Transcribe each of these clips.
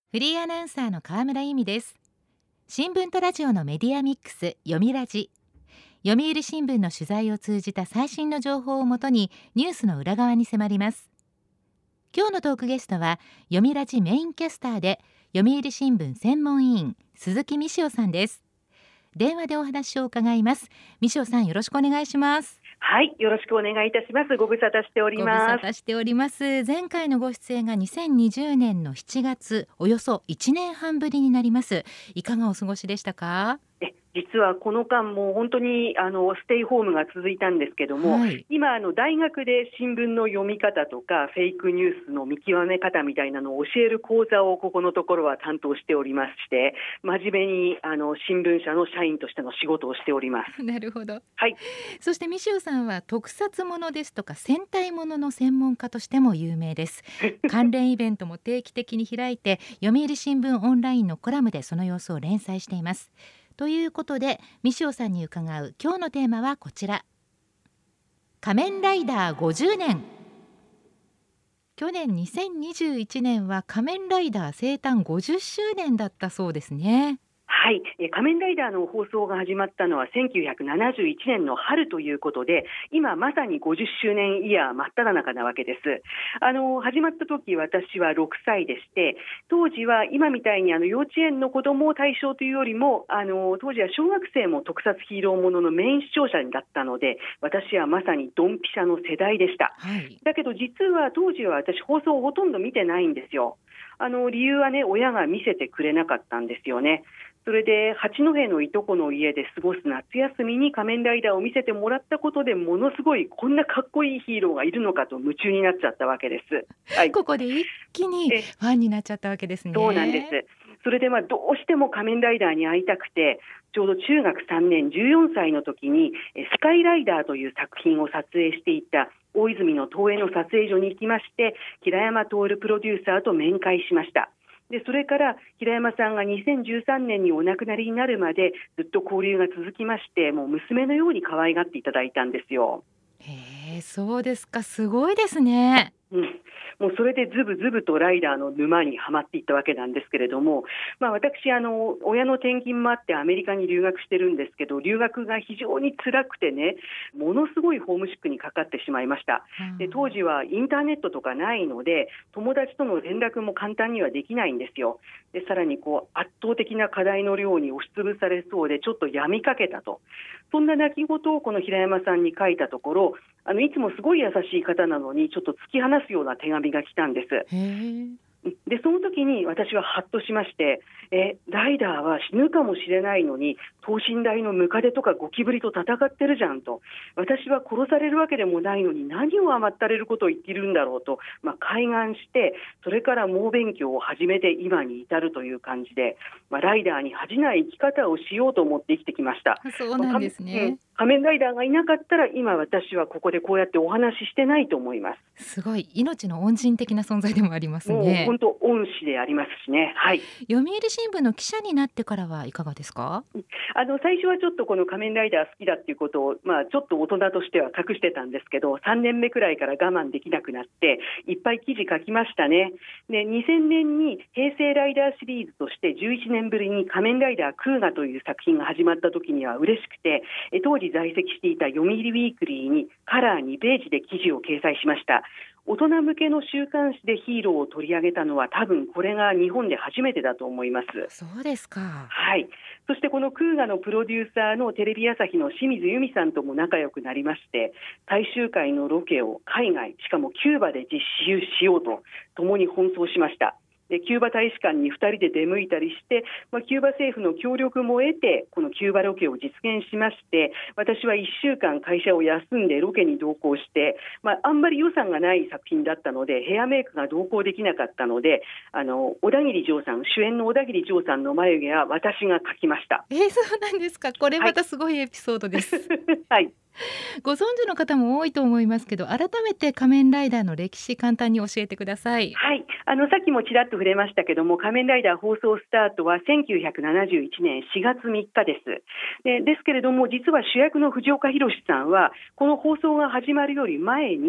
フリーアナウンサーの河村由美です。新聞とラジオのメディアミックス読みラジ。読売新聞の取材を通じた最新の情報をもとにニュースの裏側に迫ります。今日のトークゲストは読みラジメインキャスターで読売新聞専門委員鈴木美潮さんです。電話でお話を伺います。美潮さん、よろしくお願いします。 はい、よろしくお願いいたします。ご無沙汰しておりご無ます。 沙汰しております。前回のご出演が2020年の7月、およそ1年半ぶりになります。いかがお過ごしでしたか？ 実はこの間も本当にステイホームが続いたんですけども、今大学で新聞の読み方とかフェイクニュースの見極め方みたいなのを教える講座をここのところは担当しておりまして、真面目に新聞社の社員としての仕事をしております。 なるほど。 はい。 そして美潮さんは特撮ものですとか戦隊ものの専門家としても有名です。関連イベントも定期的に開いて読売新聞オンラインのコラムでその様子を連載しています。ということで美潮さんに伺う今日のテーマはこちら。仮面ライダー50年。去年2021年は仮面ライダー生誕50周年だったそうですね。 はい、仮面ライダーの放送が始まったのは1971年の春ということで、今まさに50周年イヤー真っ只中なわけです。始まった時私は6歳でして、当時は今みたいに幼稚園の子供を対象というよりも当時は小学生も特撮ヒーローもののメイン視聴者だったので、私はまさにドンピシャの世代でした。だけど実は当時は私放送をほとんど見てないんですよ。理由はね、親が見せてくれなかったんですよね。それで八戸のいとこの家で過ごす夏休みに仮面ライダーを見せてもらったことで、ものすごいこんなかっこいいヒーローがいるのかと夢中になっちゃったわけです。はい、 ここで一気にファンになっちゃったわけですね。 そうなんです。それでどうしても仮面ライダーに会いたくて、ちょうど中学3年14歳の時にスカイライダーという作品を撮影していた大泉の東映の撮影所に行きまして、平山徹プロデューサーと面会しました。でそれから平山さんが2013年にお亡くなりになるまでずっと交流が続きまして、もう娘のように可愛がっていただいたんですよ。 へえ、そうですか。すごいですね。 もうそれでズブズブとライダーの沼にはまっていったわけなんですけれども、私親の転勤もあってアメリカに留学してるんですけど、留学が非常に辛くてね、ものすごいホームシックにかかってしまいました。で当時はインターネットとかないので、友達との連絡も簡単にはできないんですよ。でさらに圧倒的な課題の量に押しつぶされそうでちょっと病みかけたと、そんな泣き言をこの平山さんに書いたところ、いつもすごい優しい方なのにちょっと突き放すような手紙が来たんです。でその時に私はハッとしまして、ライダーは死ぬかもしれないのに等身大のムカデとかゴキブリと戦ってるじゃんと、私は殺されるわけでもないのに何を甘ったれることを言っているんだろうと、開眼して、それから猛勉強を始めて今に至るという感じで、ライダーに恥じない生き方をしようと思って生きてきました。 そうなんですね。 仮面ライダーがいなかったら今私はここでこうやってお話ししてないと思います。 すごい命の恩人的な存在でもありますね。 もう本当恩師でありますしね。はい。 読売新聞の記者になってからはいかがですか？ 最初はちょっとこの仮面ライダー好きだっていうことを、ちょっと大人としては隠してたんですけど、3年目くらいから我慢できなくなっていっぱい記事書きましたね。で2000年に平成ライダーシリーズとして11年ぶりに仮面ライダークーガという作品が始まった時には嬉しくて、当時在籍していた読売ウィークリーにカラー2ページで記事を掲載しました。大人向けの週刊誌でヒーローを取り上げたのは多分これが日本で初めてだと思います。 そうですか。 はい。そしてこのクーガのプロデューサーのテレビ朝日の清水由美さんとも仲良くなりまして、最終回のロケを海外、しかもキューバで実施しようと共に奔走しました。でキューバ大使館に2人で出向いたりして、キューバ政府の協力も得てこのキューバロケを実現しまして、私は1週間会社を休んでロケに同行して、あんまり予算がない作品だったのでヘアメイクが同行できなかったので、小田切丈さん、主演の小田切丈さんの眉毛は私が描きました。 そうなんですか。これまたすごいエピソードです。 はい。 ご存知の方も多いと思いますけど、改めて仮面ライダーの歴史簡単に教えてください。 はい。さっきもちらっと触れましたけども、仮面ライダー放送スタートは1971年4月3日です。ですけれども実は主役の藤岡弘さんはこの放送が始まるより前に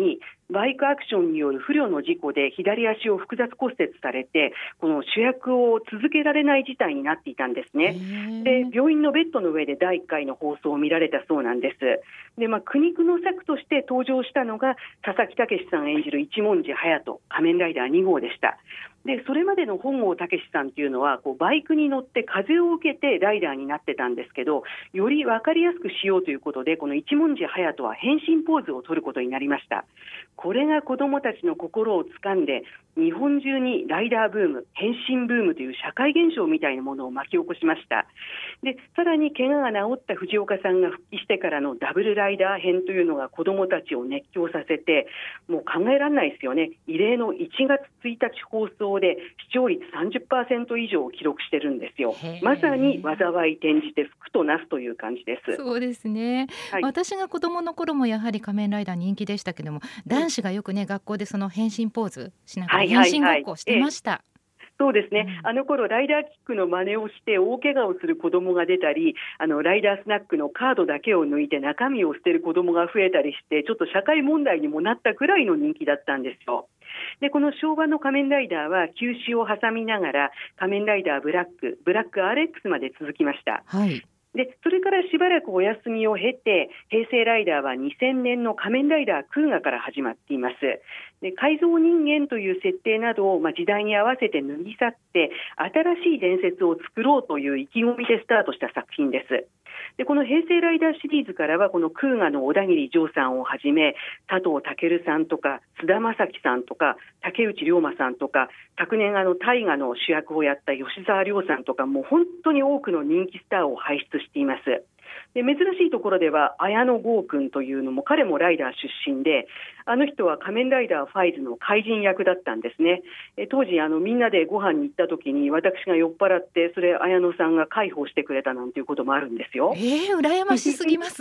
バイクアクションによる不慮の事故で左足を複雑骨折されて、この主役を続けられない事態になっていたんですね。で、病院のベッドの上で第1回の放送を見られたそうなんです。で、苦肉の策として登場したのが佐々木健さん演じる一文字隼人仮面ライダー2号でした。で、それまでの本郷武さんというのはバイクに乗って風を受けてライダーになってたんですけど、より分かりやすくしようということで、この一文字隼人は変身ポーズを取ることになりました。これが子どもたちの心を掴んで、日本中にライダーブーム、変身ブームという社会現象みたいなものを巻き起こしました。で、さらに怪我が治った藤岡さんが復帰してからのダブルライダー編というのが子どもたちを熱狂させて、もう考えられないですよね。異例の1月1日放送で視聴率 30% 以上を記録してるんですよ。まさに災い転じて福となすという感じです。 そうですね、 はい、 私が子供の頃もやはり仮面ライダー人気でしたけども、男子がよくね、学校でその変身ポーズしながら変身ごっこしてました。 そうですね、あの頃ライダーキックの真似をして大怪我をする子どもが出たり、ライダースナックのカードだけを抜いて中身を捨てる子どもが増えたりして、ちょっと社会問題にもなったくらいの人気だったんですよ。で、この昭和の仮面ライダーは休止を挟みながら仮面ライダーブラック RX まで続きました。 はい。 で、それからしばらくお休みを経て、平成ライダーは2000年の仮面ライダークーガから始まっています。で、改造人間という設定などを時代に合わせて脱ぎ去って新しい伝説を作ろうという意気込みでスタートした作品です。で、この平成ライダーシリーズからはこのクーガの小田切丈さんをはじめ佐藤健さんとか菅田将暉さんとか竹内涼真さんとか、昨年大河の主役をやった吉沢亮さんとか、もう本当に多くの人気スターを輩出しています。で、珍しいところでは綾野剛君というのも、彼もライダー出身で、あの人は仮面ライダーファイズの怪人役だったんですね。当時みんなでご飯に行った時に私が酔っ払って、それ綾野さんが介抱してくれたなんていうこともあるんですよ。 羨ましすぎます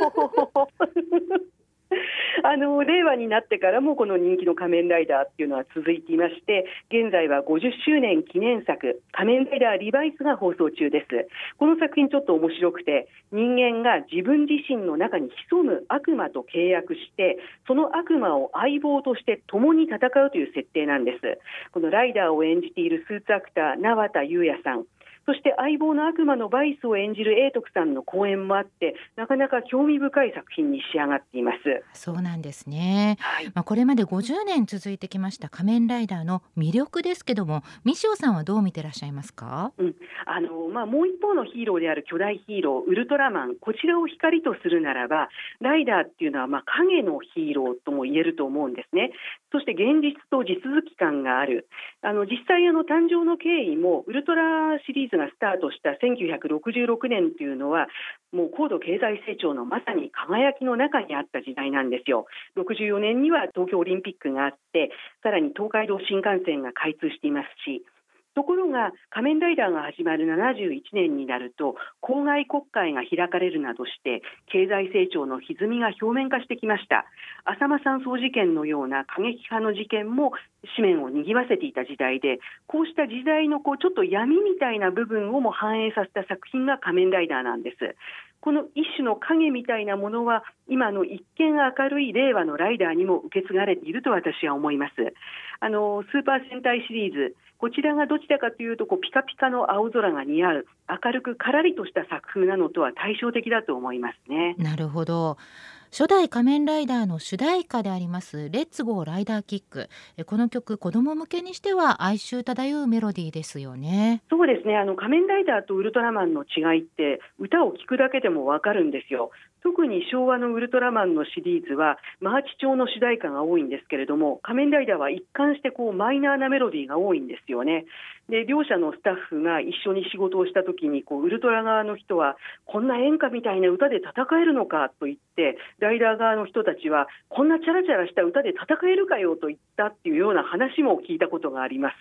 令和になってからもこの人気の仮面ライダーっていうのは続いていまして、現在は50周年記念作仮面ライダーリバイスが放送中です。この作品ちょっと面白くて、人間が自分自身の中に潜む悪魔と契約して、その悪魔を相棒として共に戦うという設定なんです。このライダーを演じているスーツアクター縄田優也さん、そして相棒の悪魔のバイスを演じる永徳さんの公演もあって、なかなか興味深い作品に仕上がっています。 そうなんですね、 はい。 これまで50年続いてきました仮面ライダーの魅力ですけども、西尾さんはどう見てらっしゃいますか？ もう一方のヒーローである巨大ヒーローウルトラマン、こちらを光とするならば、ライダーっていうのは影のヒーローとも言えると思うんですね。そして現実と地続き感がある。実際誕生の経緯も、ウルトラシリーズがスタートした1966年というのは、もう高度経済成長のまさに輝きの中にあった時代なんですよ。64年には東京オリンピックがあって、さらに東海道新幹線が開通していますし、ところが仮面ライダーが始まる71年になると校外国会が開かれるなどして経済成長の歪みが表面化してきました。浅間山荘事件のような過激派の事件も紙面を賑わせていた時代で、こうした時代のちょっと闇みたいな部分をも反映させた作品が仮面ライダーなんです。この一種の影みたいなものは今の一見明るい令和のライダーにも受け継がれていると私は思います。スーパー戦隊シリーズ、こちらがどちらかというとピカピカの青空が似合う明るくからりとした作風なのとは対照的だと思いますね。 なるほど。初代仮面ライダーの主題歌でありますレッツゴーライダーキック、この曲子供向けにしては哀愁漂うメロディーですよね。 そうですね、仮面ライダーとウルトラマンの違いって歌を聴くだけでもわかるんですよ。特に昭和のウルトラマンのシリーズはマーチ調の主題歌が多いんですけれども、仮面ライダーは一貫してマイナーなメロディーが多いんですよね。で、両者のスタッフが一緒に仕事をした時にウルトラ側の人はこんな演歌みたいな歌で戦えるのかと言って、ライダー側の人たちはこんなチャラチャラした歌で戦えるかよと言ったっていうような話も聞いたことがあります。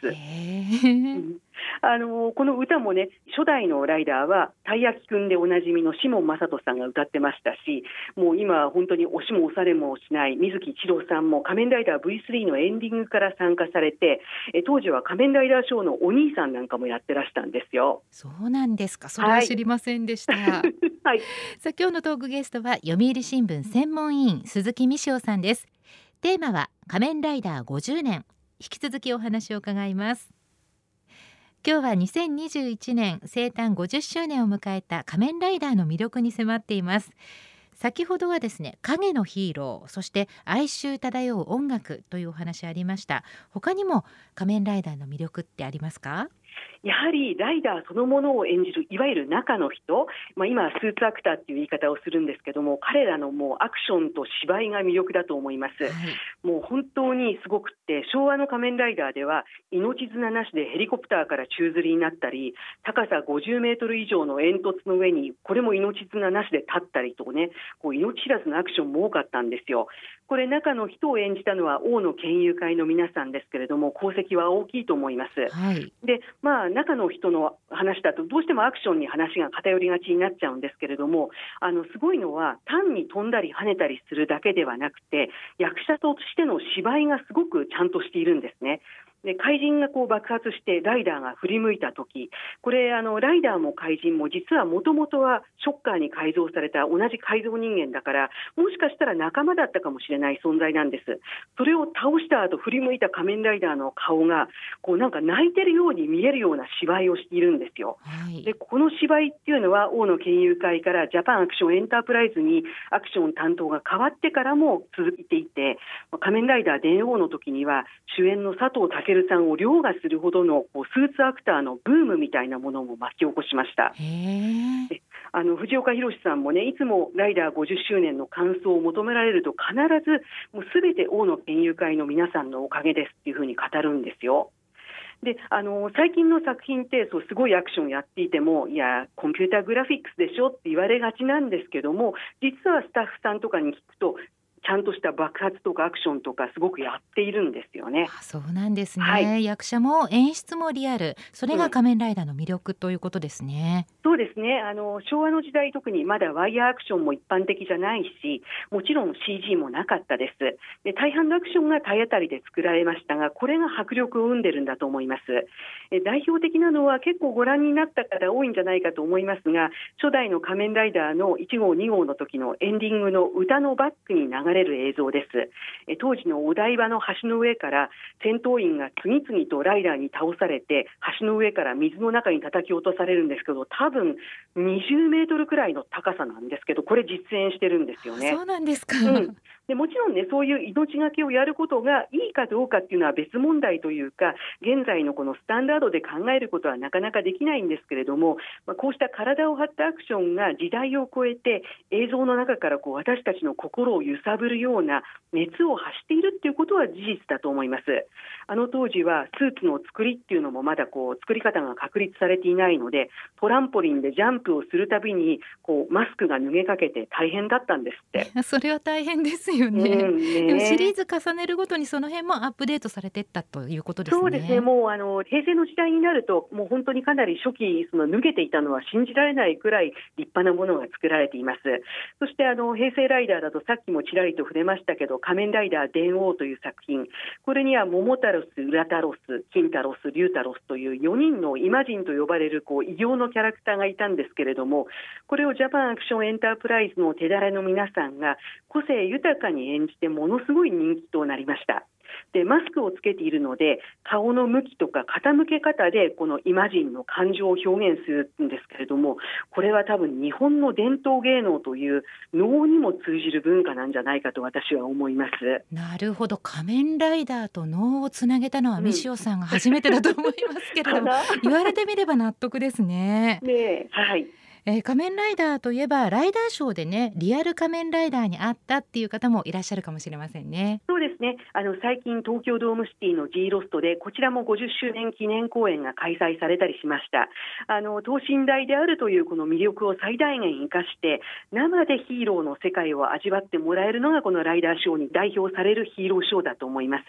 この歌もね、初代のライダーはたい焼きくんでおなじみのシモン正人さんが歌ってましたし、もう今本当に押しも押されもしない水木一郎さんも仮面ライダー V3 のエンディングから参加されて、当時は仮面ライダーショーのお兄さんなんかもやってらしたんですよ。 そうなんですか。それは知りませんでした、 はい、 さあ今日のトークゲストは読売新聞専門委員鈴木美潮さんです。 テーマは仮面ライダー50年。引き続きお話を伺います。今日は2021年生誕50周年を迎えた仮面ライダーの魅力に迫っています。先ほどはですね、影のヒーロー、そして哀愁漂う音楽というお話ありました。他にも仮面ライダーの魅力ってありますか？ やはりライダーそのものを演じるいわゆる中の人、今はスーツアクターっていう言い方をするんですけども、彼らのもうアクションと芝居が魅力だと思います。 はい、 もう本当にすごくって、昭和の仮面ライダーでは命綱なしでヘリコプターから宙吊りになったり、高さ50メートル以上の煙突の上にこれも命綱なしで立ったりとね、こう命知らずのアクションも多かったんですよ。これ中の人を演じたのは大野剣友会の皆さんですけれども、功績は大きいと思います。 はい、 で中の人の話だとどうしてもアクションに話が偏りがちになっちゃうんですけれども、すごいのは単に飛んだり跳ねたりするだけではなくて、役者としての芝居がすごくちゃんとしているんですね。で怪人がこう爆発してライダーが振り向いた時、これライダーも怪人も実はもともとはショッカーに改造された同じ改造人間だから、もしかしたら仲間だったかもしれない存在なんです。それを倒した後振り向いた仮面ライダーの顔がこうなんか泣いてるように見えるような芝居をしているんですよ。 はい、 でこの芝居っていうのは大野剣友会からジャパンアクションエンタープライズにアクション担当が変わってからも続いていて、仮面ライダー電王の時には主演の佐藤健さんを凌駕するほどのこうスーツアクターのブームみたいなものも巻き起こしました。 へー。 で藤岡弘さんもね、いつもライダー50周年の感想を求められると必ずもう全て大野剣友会の皆さんのおかげですっていうふうに語るんですよ。で最近の作品ってすごいアクションやっていても、いやコンピューターグラフィックスでしょって言われがちなんですけども、実はスタッフさんとかに聞くとちゃんとした爆発とかアクションとかすごくやっているんですよね。 あ、そうなんですね、 はい、 役者も演出もリアル、それが仮面ライダーの魅力ということですね。 そうですね。昭和の時代特にまだワイヤーアクションも一般的じゃないし、もちろん CG もなかったです。で大半のアクションが体当たりで作られましたが、これが迫力を生んでるんだと思います。代表的なのは結構ご覧になった方多いんじゃないかと思いますが、初代の仮面ライダーの1号2号の時のエンディングの歌のバックに流れる映像です。当時のお台場の橋の上から戦闘員が次々とライダーに倒されて、橋の上から水の中に叩き落とされるんですけど、多分20メートルくらいの高さなんですけど、これ実演してるんですよね。 そうなんですか、 でもちろんね、そういう命がけをやることがいいかどうかっていうのは別問題というか、現在のこのスタンダードで考えることはなかなかできないんですけれども、こうした体を張ったアクションが時代を超えて映像の中からこう私たちの心を揺さぶるような熱を発しているっていうことは事実だと思います。当時はスーツの作りっていうのもまだこう作り方が確立されていないので、トランポリンでジャンプをするたびにこうマスクが脱げかけて大変だったんですって。 それは大変ですよね、でもシリーズ重ねるごとにその辺もアップデートされていったということですね。 そうですね。もう平成の時代になるともう本当にかなり初期その脱げていたのは信じられないくらい立派なものが作られています。そして平成ライダーだとさっきもちらりと触れましたけど、仮面ライダー電王という作品、これには桃太郎、裏太郎、金太郎、龍太郎という4人のイマジンと呼ばれるこう異形のキャラクターがいたんですけれども、これをジャパンアクションエンタープライズの手だれの皆さんが個性豊かに演じてものすごい人気となりました。でマスクをつけているので顔の向きとか傾け方でこのイマジンの感情を表現するんですけれども、これは多分日本の伝統芸能という能にも通じる文化なんじゃないかと私は思います。 なるほど、仮面ライダーと能をつなげたのは三塩さんが初めてだと思いますけれども、言われてみれば納得ですね。 ね、はい。 仮面ライダーといえばライダーショーでね、リアル仮面ライダーに会ったっていう方もいらっしゃるかもしれませんね。 そうですね。最近東京ドームシティの G ロストでこちらも50周年記念公演が開催されたりしました。等身大であるというこの魅力を最大限生かして生でヒーローの世界を味わってもらえるのがこのライダーショーに代表されるヒーローショーだと思います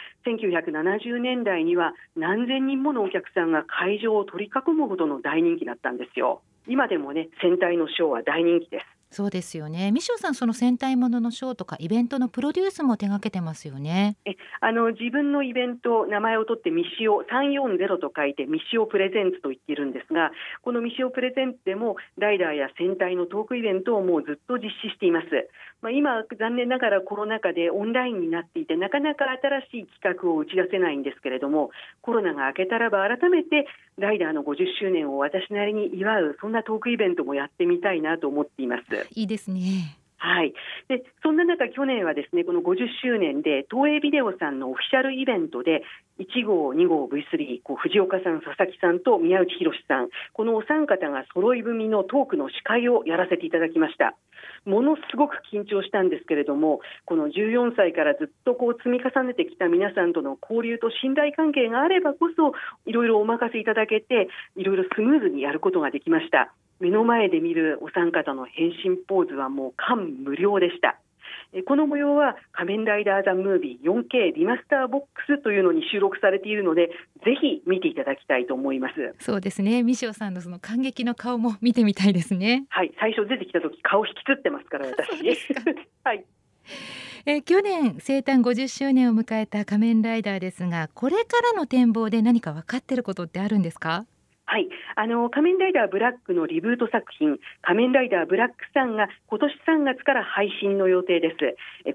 。1970年代には何千人ものお客さんが会場を取り囲むほどの大人気だったんですよ。今でもね、戦隊のショーは大人気です。 そうですよね。ミシオさん、その戦隊もののショーとかイベントのプロデュースも手掛けてますよね。 自分のイベント、名前を取ってミシオ340と書いてミシオプレゼンツと言っているんですが、このミシオプレゼンツでもライダーや戦隊のトークイベントをもうずっと実施しています。今残念ながらコロナ禍でオンラインになっていて、なかなか新しい企画を打ち出せないんですけれども、コロナが明けたらば改めてライダーの50周年を私なりに祝う、そんなトークイベントもやってみたいなと思っています。 いいですね。 はい、でそんな中、去年はですね、この50周年で東映ビデオさんのオフィシャルイベントで1号、2号、V3、藤岡さん、佐々木さんと宮内博さん、このお三方が揃い踏みのトークの司会をやらせていただきました。ものすごく緊張したんですけれども、この14歳からずっと積み重ねてきた皆さんとの交流と信頼関係があればこそ、いろいろお任せいただけて、いろいろスムーズにやることができました。目の前で見るお三方の変身ポーズはもう感無量でした。この模様は仮面ライダーザムービー 4K リマスターボックスというのに収録されているので、ぜひ見ていただきたいと思います。 そうですね。ミシオさんのその感激の顔も見てみたいですね。 はい、最初出てきた時顔引きつってますから私はい。 去年生誕50周年を迎えた仮面ライダーですが、これからの展望で何か分かっていることってあるんですか？ はい、仮面ライダーブラックのリブート作品、仮面ライダーブラックさんが今年3月から配信の予定です。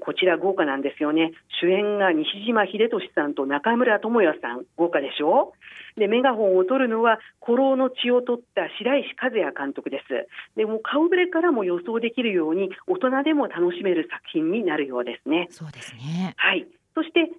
こちら豪華なんですよね。主演が西島秀俊さんと中村倫也さん、豪華でしょう。でメガホンを取るのは古老の血を取った白石和也監督です。でもう顔ぶれからも予想できるように大人でも楽しめる作品になるようですね。 そうですね。 はい。そして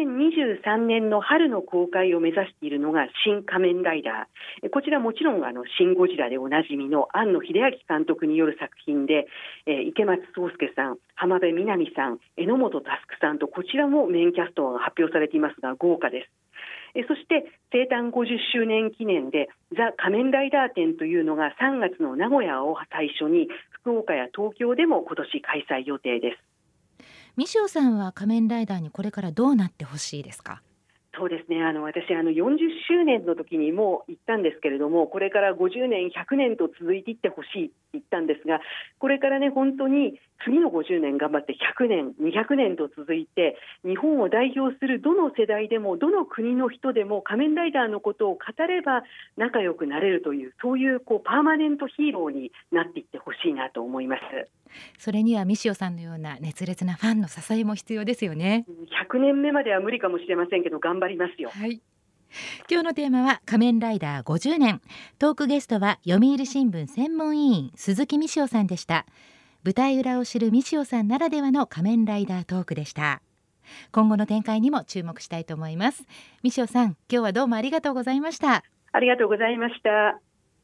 2023年の春の公開を目指しているのが新仮面ライダー。こちらもちろんシン・ゴジラでおなじみの庵野秀明監督による作品で、池松壮亮さん、浜辺美波さん、榎本佑さんと、こちらもメインキャストが発表されていますが豪華です。そして生誕50周年記念でザ・仮面ライダー展というのが3月の名古屋を最初に福岡や東京でも今年開催予定です。 ミシオさんは仮面ライダーにこれからどうなってほしいですか？ そうですね、私40周年の時にも言ったんですけれども、これから50年100年と続いていってほしいって言ったんですが、これからね本当に次の50年頑張って100年200年と続いて、日本を代表するどの世代でもどの国の人でも仮面ライダーのことを語れば仲良くなれるという、そういうパーマネントヒーローになっていってほしいなと思います。 それにはミシオさんのような熱烈なファンの支えも必要ですよね。 100年目までは無理かもしれませんけど頑張りますよ。 はい、今日のテーマは仮面ライダー50年。トークゲストは読売新聞専門委員鈴木ミシオさんでした。舞台裏を知るミシオさんならではの仮面ライダートークでした。今後の展開にも注目したいと思います。ミシオさん、今日はどうもありがとうございました。 ありがとうございました。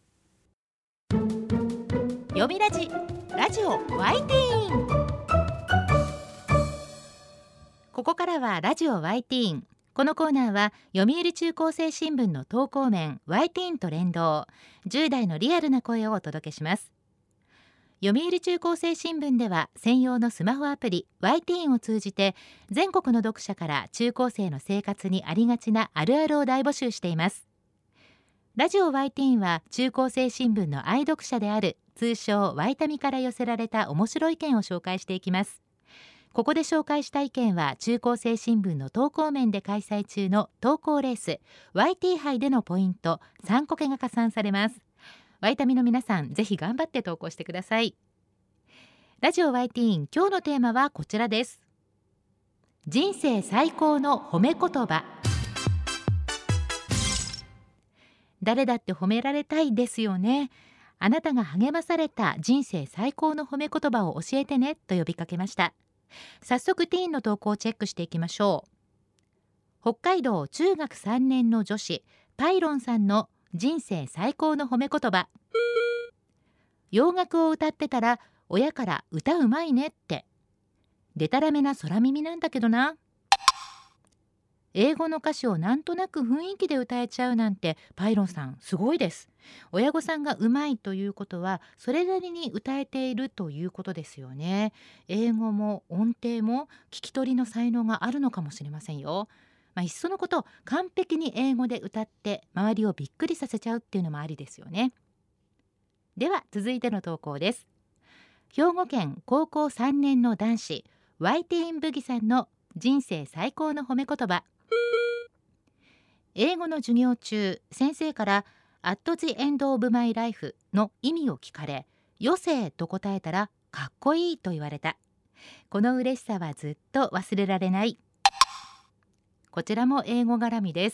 読みラジオワイティーン。ここからはラジオワイティーン。このコーナーは読売中高生新聞の投稿面ワイティーンと連動、10代のリアルな声をお届けします。読売中高生新聞では専用のスマホアプリワイティーンを通じて、全国の読者から中高生の生活にありがちなあるあるを大募集しています。ラジオワイティーンは中高生新聞の愛読者である通称ワイタミから寄せられた面白い意見を紹介していきます。ここで紹介した意見は中高生新聞の投稿面で開催中の投稿レース YT 杯でのポイント3個が加算されます。ワイタミの皆さん、ぜひ頑張って投稿してください。ラジオワイティーン、今日のテーマはこちらです。人生最高の褒め言葉。誰だって褒められたいですよね。あなたが励まされた人生最高の褒め言葉を教えてねと呼びかけました。早速ティーンの投稿をチェックしていきましょう。北海道中学3年の女子パイロンさんの人生最高の褒め言葉。洋楽を歌ってたら親から歌うまいねって。でたらめな空耳なんだけどな。英語の歌詞をなんとなく雰囲気で歌えちゃうなんてパイロンさんすごいです。親御さんがうまいということはそれなりに歌えているということですよね。英語も音程も聞き取りの才能があるのかもしれませんよ。いっそのこと完璧に英語で歌って周りをびっくりさせちゃうっていうのもありですよね。では続いての投稿です。 兵庫県高校3年の男子ワイティーンブギさんの人生最高の褒め言葉。英語の授業中、先生からAt the end of my life の意味を聞かれ、余生と答えたらかっこいいと言われた。この嬉しさはずっと忘れられない。こちらも英語絡みです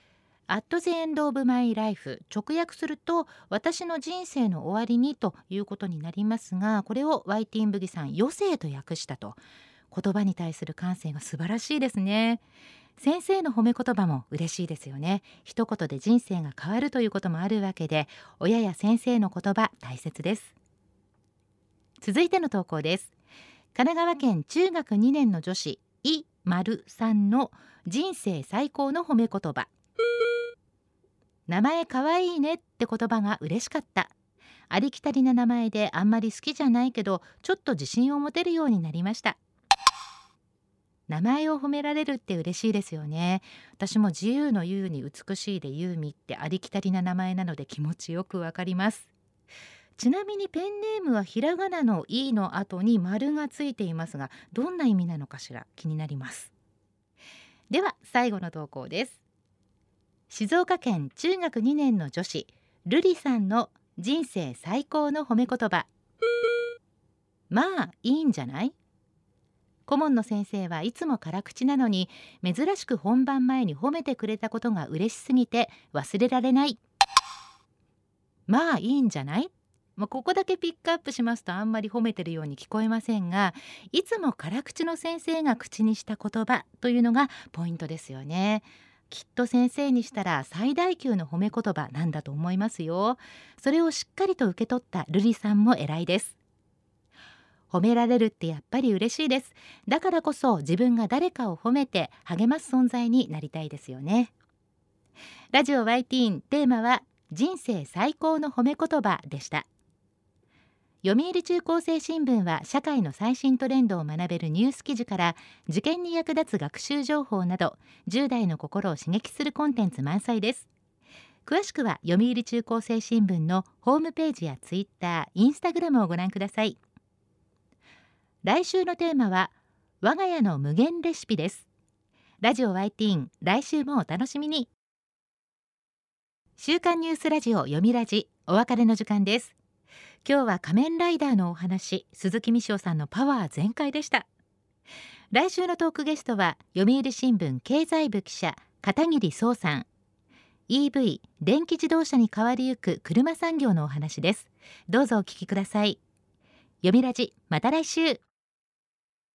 。At the end of my life、 直訳すると私の人生の終わりにということになりますが、これをワイティンブギさん余生と訳したと。言葉に対する感性が素晴らしいですね。先生の褒め言葉も嬉しいですよね。一言で人生が変わるということもあるわけで、親や先生の言葉大切です。続いての投稿です。神奈川県中学2年の女子いまるさんの人生最高の褒め言葉。名前かわいいねって言葉が嬉しかった。ありきたりな名前であんまり好きじゃないけど、ちょっと自信を持てるようになりました。名前を褒められるって嬉しいですよね。私も自由の優に美しいでユーミってありきたりな名前なので気持ちよくわかります。ちなみにペンネームはひらがなのいの後に丸がついていますが、どんな意味なのかしら、気になります。では最後の投稿です。静岡県中学2年の女子ルリさんの人生最高の褒め言葉。まあいいんじゃない。顧問の先生はいつも辛口なのに、珍しく本番前に褒めてくれたことが嬉しすぎて忘れられない。まあいいんじゃない。ここだけピックアップしますとあんまり褒めてるように聞こえませんが、いつも辛口の先生が口にした言葉というのがポイントですよね。きっと先生にしたら最大級の褒め言葉なんだと思いますよ。それをしっかりと受け取ったルリさんも偉いです。褒められるってやっぱり嬉しいです。だからこそ自分が誰かを褒めて励ます存在になりたいですよね。ラジオ Y ティーン、テーマは人生最高の褒め言葉でした。読売中高生新聞は社会の最新トレンドを学べるニュース記事から受験に役立つ学習情報など10代の心を刺激するコンテンツ満載です。詳しくは読売中高生新聞のホームページやツイッター、インスタグラムをご覧ください。来週のテーマは我が家の無限レシピです。ラジオ Y ティーン、来週もお楽しみに。週刊ニュースラジオ読みラジ、お別れの時間です。今日は仮面ライダーのお話、鈴木美翔さんのパワー全開でした。来週のトークゲストは読売新聞経済部記者片桐壮さん。 EV 電気自動車に変わりゆく車産業のお話です。どうぞお聞きください。読みラジ、また来週。